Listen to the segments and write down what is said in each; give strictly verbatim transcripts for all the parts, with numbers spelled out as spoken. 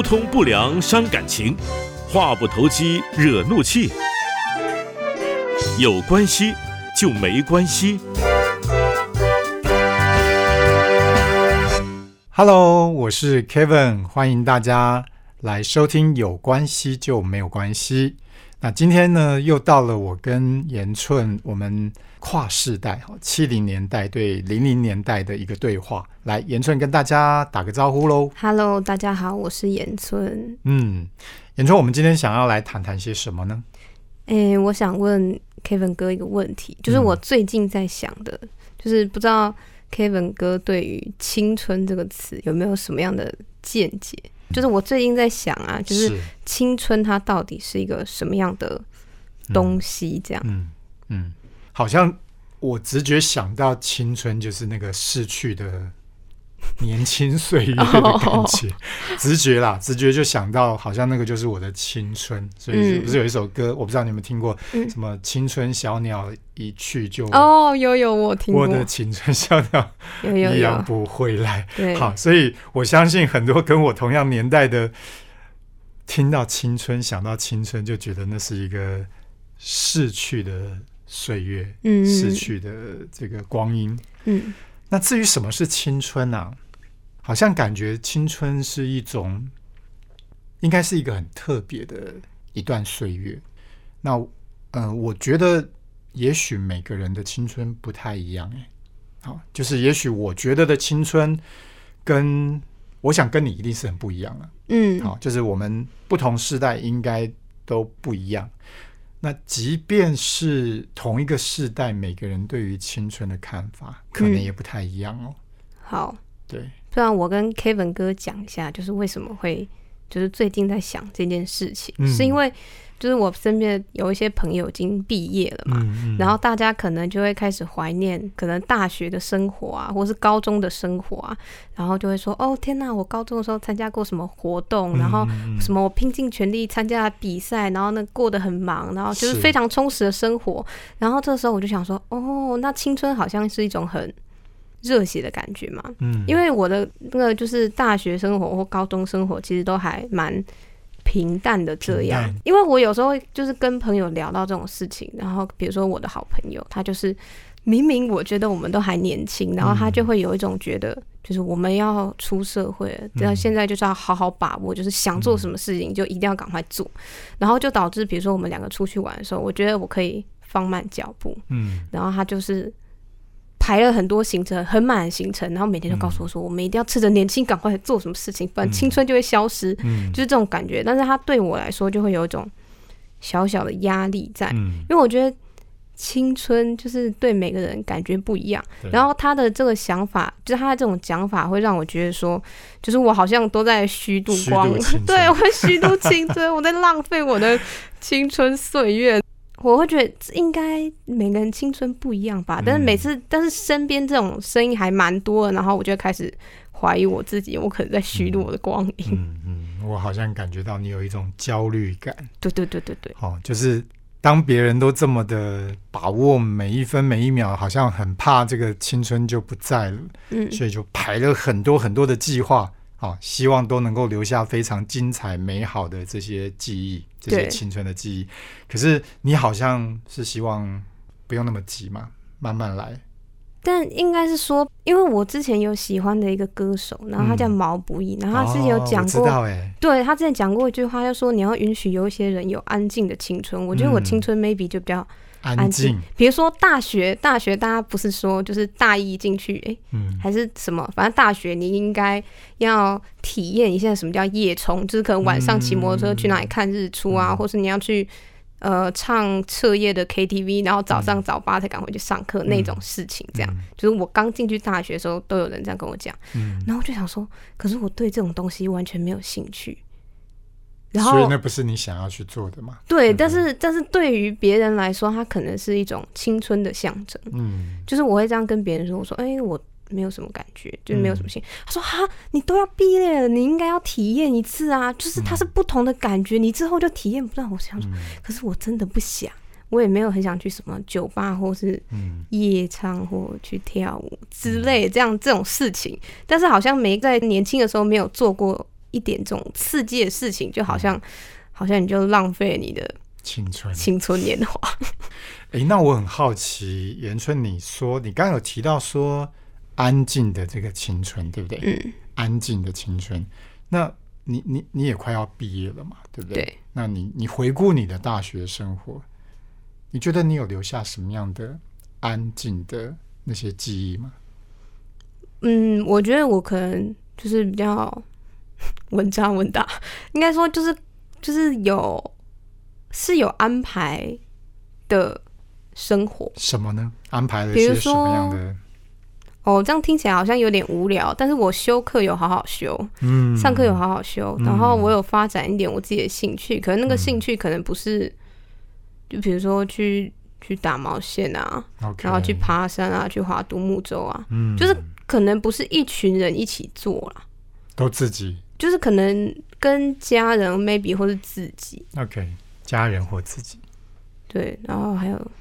通不良伤感情，话不投机惹怒气。有关系就没关系。 Hello， 我是 Kevin， 欢迎大家来收听有关系就没有关系。那今天呢，又到了我跟延春我们跨世代七零年代对零零年代的一个对话。来，延春跟大家打个招呼咯。 Hello， 大家好，我是延春。 嗯，延春，我们今天想要来谈谈些什么呢？ 诶，我想问 Kevin 哥一个问题，就是我最近在想的、嗯、就是不知道 Kevin 哥对于青春这个词有没有什么样的见解？就是我最近在想啊，就是青春它到底是一个什么样的东西？这样，嗯嗯, 嗯，好像我直觉想到青春就是那个逝去的年轻岁月的感觉，直觉啦，直觉就想到好像那个就是我的青春。所以不是有一首歌，我不知道你们听过，什么青春小鸟一去就哦，有有我听过， 我的青春小鸟一样不回来。 对， 好，所以我相信很多跟我同样年代的，听到青春想到青春，就觉得那是一个逝去的岁月，嗯，逝去的这个光阴，嗯。那至于什么是青春啊，好像感觉青春是一种应该是一个很特别的一段岁月。那呃，我觉得也许每个人的青春不太一样，好，就是也许我觉得的青春跟我想跟你一定是很不一样的，嗯，好，就是我们不同世代应该都不一样。那即便是同一个世代，每个人对于青春的看法可能也不太一样哦。嗯、 好， 对， 不然我跟 Kevin 哥讲一下，就是为什么会就是最近在想这件事情，嗯、是因为就是我身边有一些朋友已经毕业了嘛，嗯嗯、然后大家可能就会开始怀念可能大学的生活啊，或是高中的生活啊，然后就会说哦天哪，我高中的时候参加过什么活动，然后什么我拼尽全力参加了比赛，然后呢过得很忙，然后就是非常充实的生活。然后这时候我就想说，哦，那青春好像是一种很热血的感觉嘛，嗯，因为我的那个就是大学生活或高中生活其实都还蛮平淡的这样。因为我有时候就是跟朋友聊到这种事情，然后比如说我的好朋友，他就是明明我觉得我们都还年轻，然后他就会有一种觉得就是我们要出社会了，嗯、现在就是要好好把握，就是想做什么事情就一定要赶快做，然后就导致比如说我们两个出去玩的时候，我觉得我可以放慢脚步，嗯，然后他就是排了很多行程，很满的行程，然后每天都告诉我说、嗯、我们一定要趁着年轻赶快做什么事情，不然青春就会消失、嗯、就是这种感觉。但是他对我来说就会有一种小小的压力在、嗯、因为我觉得青春就是对每个人感觉不一样，然后他的这个想法，就是他的这种讲法会让我觉得说，就是我好像都在虚度光，对，我会虚度青春，我在浪费我的青春岁月。我会觉得应该每个人青春不一样吧，但是每次、嗯、但是身边这种声音还蛮多的，然后我就开始怀疑我自己，我可能在虚度我的光阴。嗯嗯，我好像感觉到你有一种焦虑感。 对对对对对， 哦，就是当别人都这么的把握每一分每一秒，好像很怕这个青春就不在了，嗯，所以就排了很多很多的计划。哦、希望都能够留下非常精彩美好的这些记忆，这些青春的记忆。可是你好像是希望不用那么急嘛，慢慢来。 但应该是说，因为我之前有喜欢的一个歌手，然后他叫毛不易、嗯、然后他之前有讲过、哦、我知道耶，对，他之前讲过一句话，就说你要允许有一些人有安静的青春。我觉得我青春 maybe 就比较安静，比如说大学，大学大家不是说就是大一进去，哎、欸嗯，还是什么，反正大学你应该要体验一下什么叫夜冲，就是可能晚上骑摩托车去哪里看日出啊，嗯、或是你要去呃唱彻夜的 K T V， 然后早上早八才赶回去上课、嗯、那种事情，这样、嗯、就是我刚进去大学的时候都有人这样跟我讲、嗯，然后我就想说，可是我对这种东西完全没有兴趣。然后所以那不是你想要去做的吗？ 对，但是但是对于别人来说，它可能是一种青春的象征。嗯，就是我会这样跟别人说，我说，哎、欸，我没有什么感觉，就是没有什么兴趣。嗯、他说，哈，你都要毕业了，你应该要体验一次啊，就是它是不同的感觉，嗯、你之后就体验不到。我想说、嗯，可是我真的不想。我也没有很想去什么酒吧或是夜唱或去跳舞之类的这样这种事情，但是好像没在年轻的时候没有做过一点这种刺激的事情，就好像、嗯、好像你就浪费了你的青春青春年华。 欸，那我很好奇，延春，你说你刚刚有提到说安静的这个青春，对不对？ 嗯， 安静的青春。那你你你也快要毕业了嘛，对不对？ 对。 那你你回顾你的大学生活，你觉得你有留下什么样的安静的那些记忆吗？ 嗯，我觉得我可能就是比较稳扎稳打，应该说就是就是有是有安排的生活。 什么呢？安排了些什么样的？ 哦，这样听起来好像有点无聊，但是我修课有好好修，嗯，上课有好好修，然后我有发展一点我自己的兴趣，可能那个兴趣可能不是，就比如说去去打毛线啊， okay, 然后去爬山啊，去划独木舟啊，嗯，就是可能不是一群人一起做啦， 都自己， 就是可能跟家人 maybe 或是自己 ，OK， 家人或自己， 对，然后还有。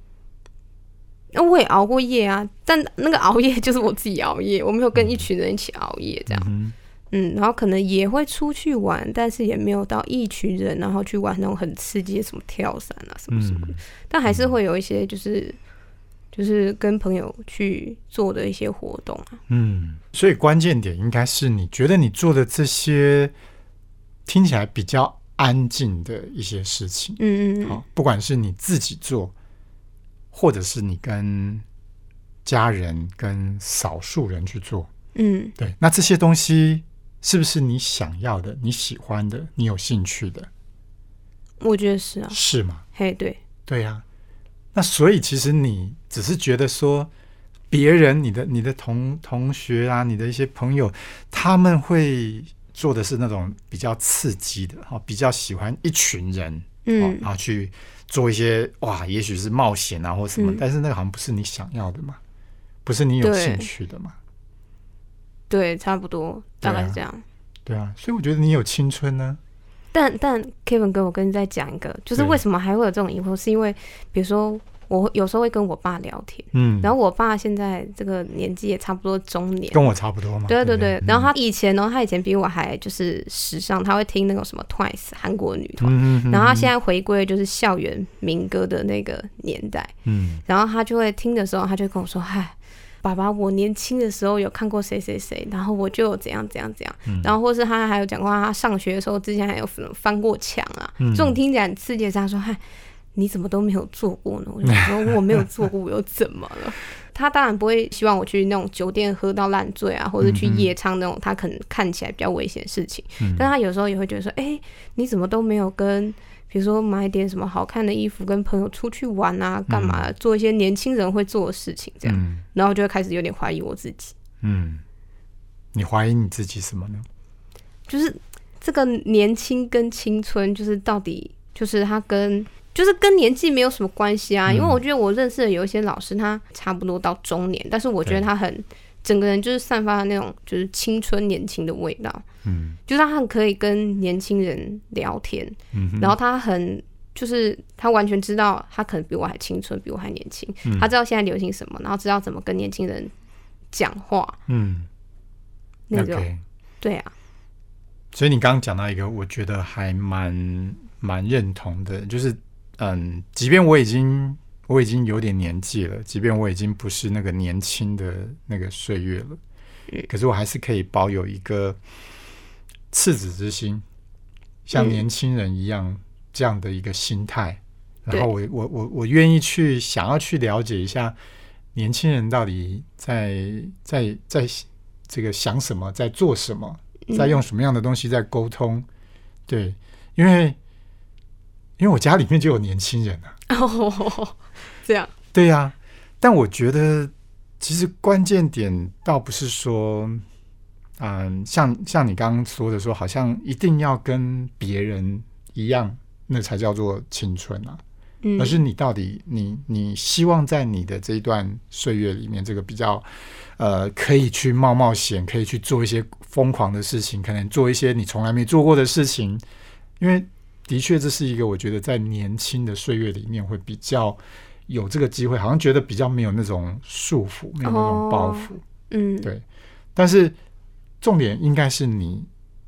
我也熬过夜啊，但那个熬夜就是我自己熬夜，我没有跟一群人一起熬夜这样。嗯, 嗯，然后可能也会出去玩，但是也没有到一群人然后去玩那种很刺激的什么跳伞啊什么什么的，嗯、但还是会有一些就是就是跟朋友去做的一些活动啊。 嗯，所以关键点应该是你觉得你做的这些听起来比较安静的一些事情， 嗯嗯， 好，不管是你自己做。或者是你跟家人跟少数人去做， 嗯， 对，那这些东西是不是你想要的、你喜欢的、你有兴趣的？ 我觉得是啊， 是吗？ 嘿，对， 对呀、啊。那所以其实你只是觉得说，别人、你的、你的同同学啊，你的一些朋友，他们会做的是那种比较刺激的，比较喜欢一群人，嗯，然后去。做一些哇，也许是冒险啊，或什么、嗯，但是那个好像不是你想要的嘛，不是你有兴趣的嘛？ 对，差不多，大概是这样。 对啊，所以我觉得你有青春呢。 但但 Kevin 哥，我跟你再讲一个，就是为什么还会有这种疑惑，是因为比如说我有时候会跟我爸聊天，嗯，然后我爸现在这个年纪也差不多中年， 跟我差不多嘛。 对对 对, 对、嗯，然后他以前呢，他以前比我还就是时尚，他会听那种什么 Twice 韩国女团、嗯嗯，然后他现在回归就是校园民歌的那个年代，嗯，然后他就会听的时候，他就跟我说，嗨。爸爸，我年轻的时候有看过谁谁谁，然后我就有怎样怎样怎样、嗯，然后或是他还有讲过他上学的时候，之前还有翻过墙啊、嗯，这种听起来很刺激的。他说：“嗨，你怎么都没有做过呢？”我就说：“我没有做过，我又怎么了？”他当然不会希望我去那种酒店喝到烂醉啊，或者去夜唱那种他可能看起来比较危险的事情、嗯。但他有时候也会觉得说：“哎、欸，你怎么都没有跟？”比如说买点什么好看的衣服，跟朋友出去玩啊，干嘛、嗯、做一些年轻人会做的事情，这样、嗯，然后就会开始有点怀疑我自己。 嗯，你怀疑你自己什么呢？ 就是这个年轻跟青春，就是到底就是他跟就是跟年纪没有什么关系啊、嗯。因为我觉得我认识的有一些老师，他差不多到中年，但是我觉得他很整个人就是散发的那种就是青春年轻的味道。嗯，就是他很可以跟年轻人聊天、嗯，然后他很就是他完全知道他可能比我还青春，比我还年轻、嗯，他知道现在流行什么，然后知道怎么跟年轻人讲话，嗯，那种、okay. 对啊。 所以你刚刚讲到一个，我觉得还蛮蛮认同的，就是嗯，即便我已经我已经有点年纪了，即便我已经不是那个年轻的那个岁月了，嗯、可是我还是可以保有一个。赤子之心，像年轻人一样、嗯、这样的一个心态，然后我我我我愿意去想要去了解一下年轻人到底在在在这个想什么，在做什么，在用什么样的东西在沟通。对，因为因为我家里面就有年轻人啊。 哦，这样。 对呀、啊，但我觉得其实关键点倒不是说。嗯，像像你刚刚说的说，好像一定要跟别人一样，那才叫做青春啊。嗯，而是你到底你你希望在你的这一段岁月里面，这个比较呃可以去冒冒险，可以去做一些疯狂的事情，可能做一些你从来没做过的事情。因为的确这是一个我觉得在年轻的岁月里面会比较有这个机会，好像觉得比较没有那种束缚，没有那种包袱。哦、嗯，对，但是。重点应该是你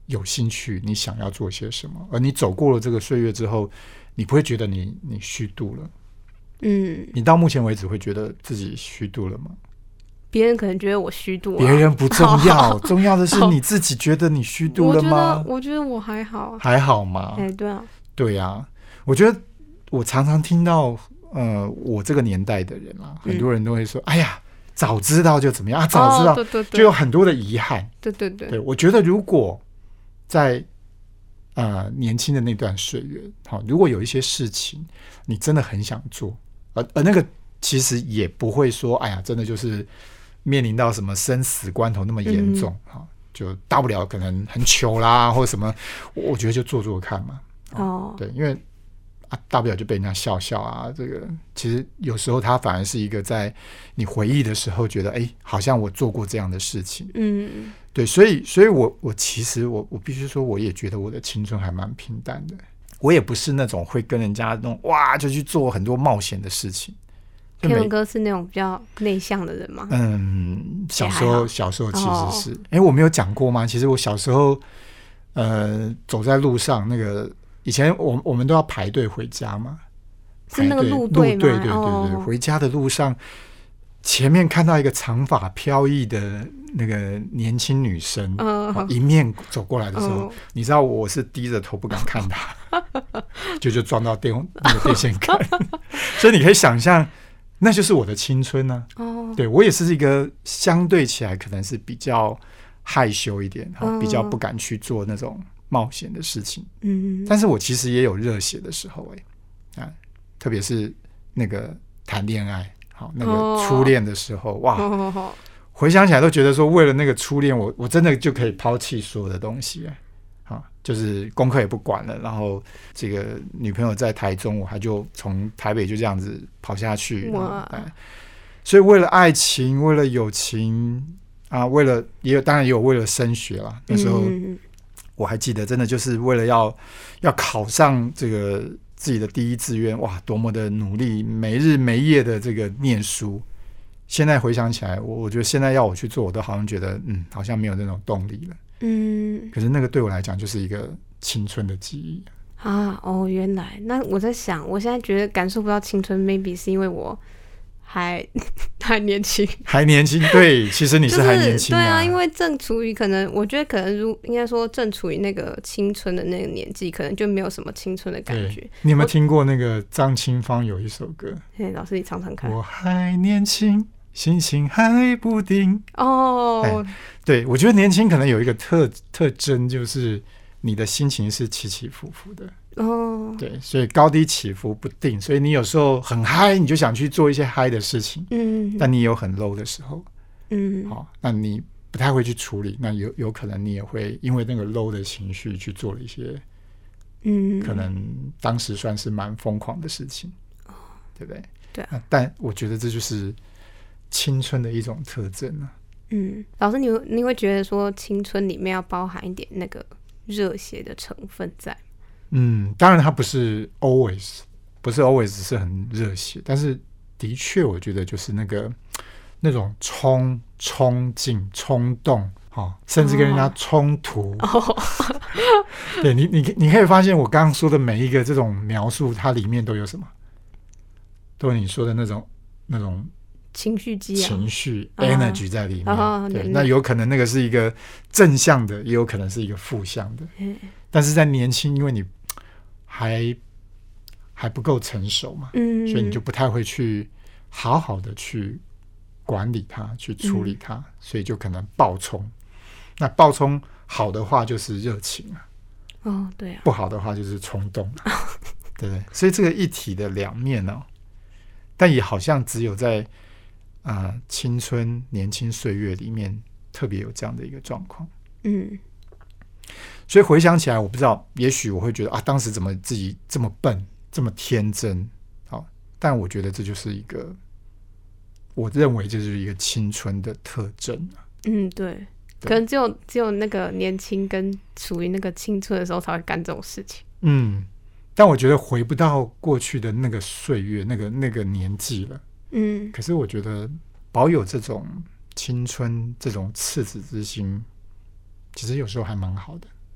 有兴趣，你想要做些什么，而你走过了这个岁月之后，你不会觉得你你虚度了。 嗯， 你到目前为止会觉得自己虚度了吗？ 别人可能觉得我虚度、啊， 别人不重要，重要的是你自己觉得你虚度了吗？ 我觉得我觉得我还好， 还好吗？ 哎、欸，对啊， 对啊，我觉得我常常听到，呃，我这个年代的人啊，很多人都会说，嗯、哎呀，早知道就怎么样，啊、早知道、哦、对对对，就有很多的遗憾。 对对对， 对我觉得如果在呃年轻的那段岁月，好，如果有一些事情你真的很想做，而而那个其实也不会说，哎呀，真的就是面临到什么生死关头那么严重，嗯、就大不了可能很糗啦，或者什么，我觉得就做做看嘛。哦，对，因为啊，大不了就被人家笑笑啊。这个其实有时候它反而是一个在你回忆的时候，觉得哎，好像我做过这样的事情。嗯，对，所以，所以我我其实我我必须说，我也觉得我的青春还蛮平淡的。我也不是那种会跟人家那种哇就去做很多冒险的事情。 天文哥是那种比较内向的人吗？ 嗯，小时候小时候其实是，哎、哦，我没有讲过吗？其实我小时候，呃，走在路上，那个以前我我们都要排队回家嘛， 是那个路队吗？ 对对对对对，哦、回家的路上，前面看到一个长发飘逸的那个年轻女生，哦、迎面走过来的时候，哦、你知道我是低着头不敢看她，就就撞到电那个电线杆，所以你可以想象。那就是我的青春呢、啊。哦，对，我也是一个相对起来可能是比较害羞一点，哦、比较不敢去做那种冒险的事情。嗯，但是我其实也有热血的时候、欸，啊，特别是那个谈恋爱，好，那个初恋的时候，哦、哇，哦、回想起来都觉得说，为了那个初恋，我我真的就可以抛弃所有的东西、欸。啊，就是功课也不管了，然后这个女朋友在台中，我还就从台北就这样子跑下去。哇！所以为了爱情，为了友情啊，为了也有当然也有为了升学啦。那时候我还记得，真的就是为了要要考上这个自己的第一志愿，哇，多么的努力，没日没夜的这个念书。现在回想起来，我我觉得现在要我去做，我都好像觉得嗯，好像没有那种动力了。嗯，可是那个对我来讲就是一个青春的记忆啊！哦，原来那我在想，我现在觉得感受不到青春 ，maybe 是因为我还还年轻， 还年轻。对，其实你是还年轻、啊就是、对啊，因为正处于可能，我觉得可能如应该说正处于那个青春的那个年纪，可能就没有什么青春的感觉。 你有没有听过那个张清芳有一首歌？ 嘿，老师你唱唱看。 我还年轻。心情还不定哦、oh 欸，对，我觉得年轻可能有一个特特征，就是你的心情是起起伏伏的哦， oh 对，所以高低起伏不定，所以你有时候很嗨，你就想去做一些嗨的事情，嗯，但你也有很 low 的时候，嗯，好、哦，那你不太会去处理，那有有可能你也会因为那个 low 的情绪去做了一些，嗯，可能当时算是蛮疯狂的事情，哦，对不对？ 对啊， 但我觉得这就是青春的一种特征啊。 嗯，老师你，你你会觉得说青春里面要包含一点那个热血的成分在？ 嗯，当然它不是 always， 不是 always 是很热血，但是的确我觉得就是那个那种冲冲劲、冲动，哦，甚至跟人家冲突。哦、对你，你你可以发现我刚刚说的每一个这种描述，它里面都有什么？都有你说的那种那种。 情绪激昂， 情绪 energy 在里面， 哦、 对，那有可能那个是一个正向的，也有可能是一个负向的。嗯、但是在年轻，因为你还还不够成熟嘛，嗯，所以你就不太会去好好的去管理它，去处理它，嗯、所以就可能爆冲。那爆冲好的话就是热情啊， 哦，对啊， 不好的话就是冲动啊，对不对？所以这个一体的两面呢、哦，但也好像只有在啊、呃，青春年轻岁月里面特别有这样的一个状况，嗯，所以回想起来，我不知道，也许我会觉得啊，当时怎么自己这么笨，这么天真，好，但我觉得这就是一个，我认为这就是一个青春的特征啊。 嗯，对，对，可能只有只有那个年轻跟属于那个青春的时候才会干这种事情。 嗯，但我觉得回不到过去的那个岁月，那个那个年纪了。嗯，可是我觉得保有这种青春、这种赤子之心，其实有时候还蛮好的。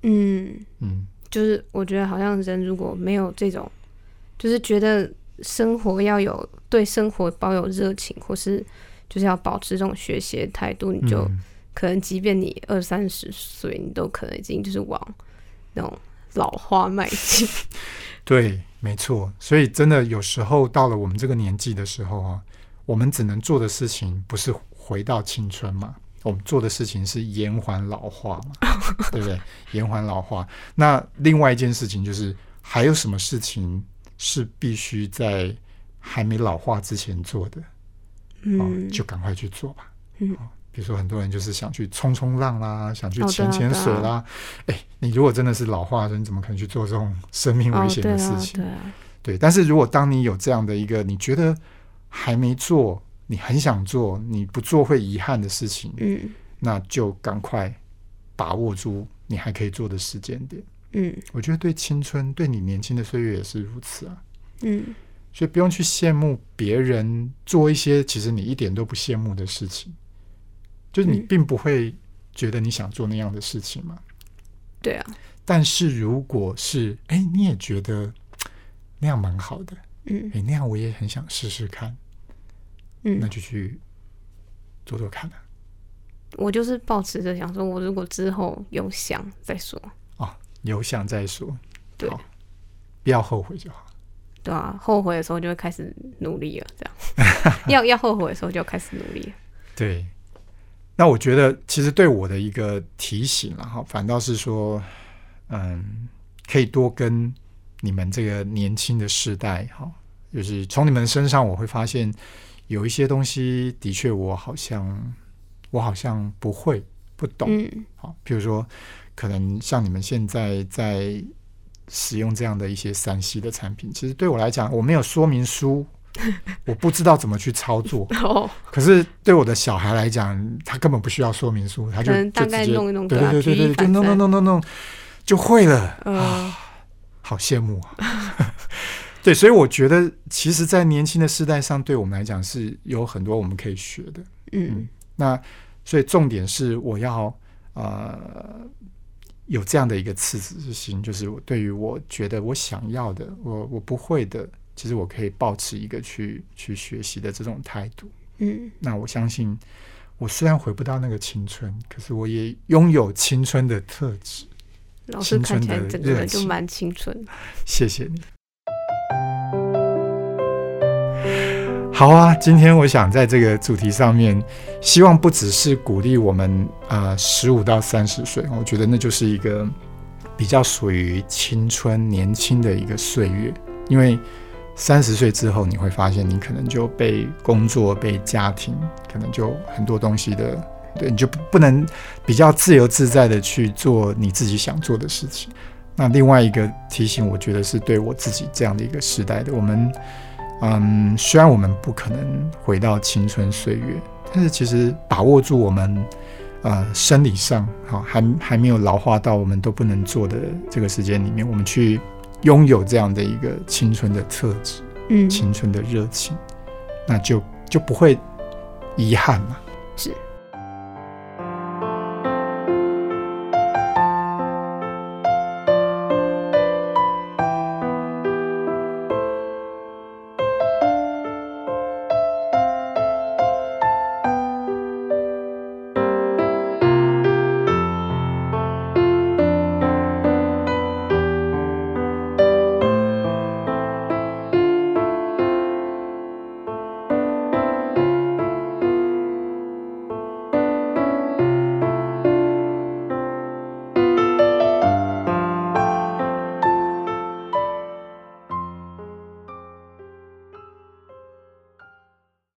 嗯嗯，就是我觉得好像人如果没有这种，就是觉得生活要有对生活保有热情，或是就是要保持这种学习的态度，你就可能即便你二三十岁，你都可能已经就是往那种老化迈进。 对，没错。所以真的有时候到了我们这个年纪的时候啊，我们只能做的事情不是回到青春嘛，我们做的事情是延缓老化嘛，对不对？延缓老化。那另外一件事情就是，还有什么事情是必须在还没老化之前做的？嗯，哦、就赶快去做吧。嗯。哦，比如说很多人就是想去冲冲浪啦，想去潜潜水啦。哎、哦啊啊，你如果真的是老化的人，你怎么可能去做这种生命危险的事情？哦，对啊，对啊。对，但是如果当你有这样的一个，你觉得还没做，你很想做，你不做会遗憾的事情，嗯，那就赶快把握住你还可以做的时间点。嗯，我觉得对青春，对你年轻的岁月也是如此啊。嗯，所以不用去羡慕别人做一些其实你一点都不羡慕的事情。就是你并不会觉得你想做那样的事情嘛， 对啊。 但是如果是哎，你也觉得那样蛮好的，嗯，哎，那样我也很想试试看，嗯，那就去做做看啊。 我就是抱持着想说，我如果之后有想再说哦，有想再说，对，不要后悔就好。 对啊，后悔的时候就会开始努力了，这样要要后悔的时候就开始努力了， 对。那我觉得其实对我的一个提醒啦，反倒是说嗯，可以多跟你们这个年轻的世代，就是从你们身上我会发现有一些东西的确我好像我好像不会不懂，嗯，好，比如说可能像你们现在在使用这样的一些三 C 的产品，其实对我来讲我没有说明书，我不知道怎么去操作，哦，可是对我的小孩来讲，他根本不需要说明书，他就大概弄一弄， 对对对对，就弄弄弄弄弄就会了，呃、啊，好羡慕啊！对，所以我觉得，其实，在年轻的世代上，对我们来讲是有很多我们可以学的。嗯，嗯那所以重点是，我要呃有这样的一个赤子之心，就是我对于我觉得我想要的，我我不会的。其实我可以抱持一个去去学习的这种态度，嗯，那我相信，我虽然回不到那个青春，可是我也拥有青春的特质。 老师看起来整个人就蛮青春。 谢谢你。好啊，今天我想在这个主题上面，希望不只是鼓励我们啊，十五到三十岁，我觉得那就是一个比较属于青春年轻的一个岁月，因为。三十岁之后，你会发现你可能就被工作、被家庭，可能就很多东西的，对，你就不能比较自由自在的去做你自己想做的事情。那另外一个提醒，我觉得是对我自己这样的一个时代的，我们，嗯，虽然我们不可能回到青春岁月，但是其实把握住我们，呃，生理上好还还没有老化到我们都不能做的这个时间里面，我们去。拥有这样的一个青春的特质，嗯，青春的热情，那就就不会遗憾嘛。 是。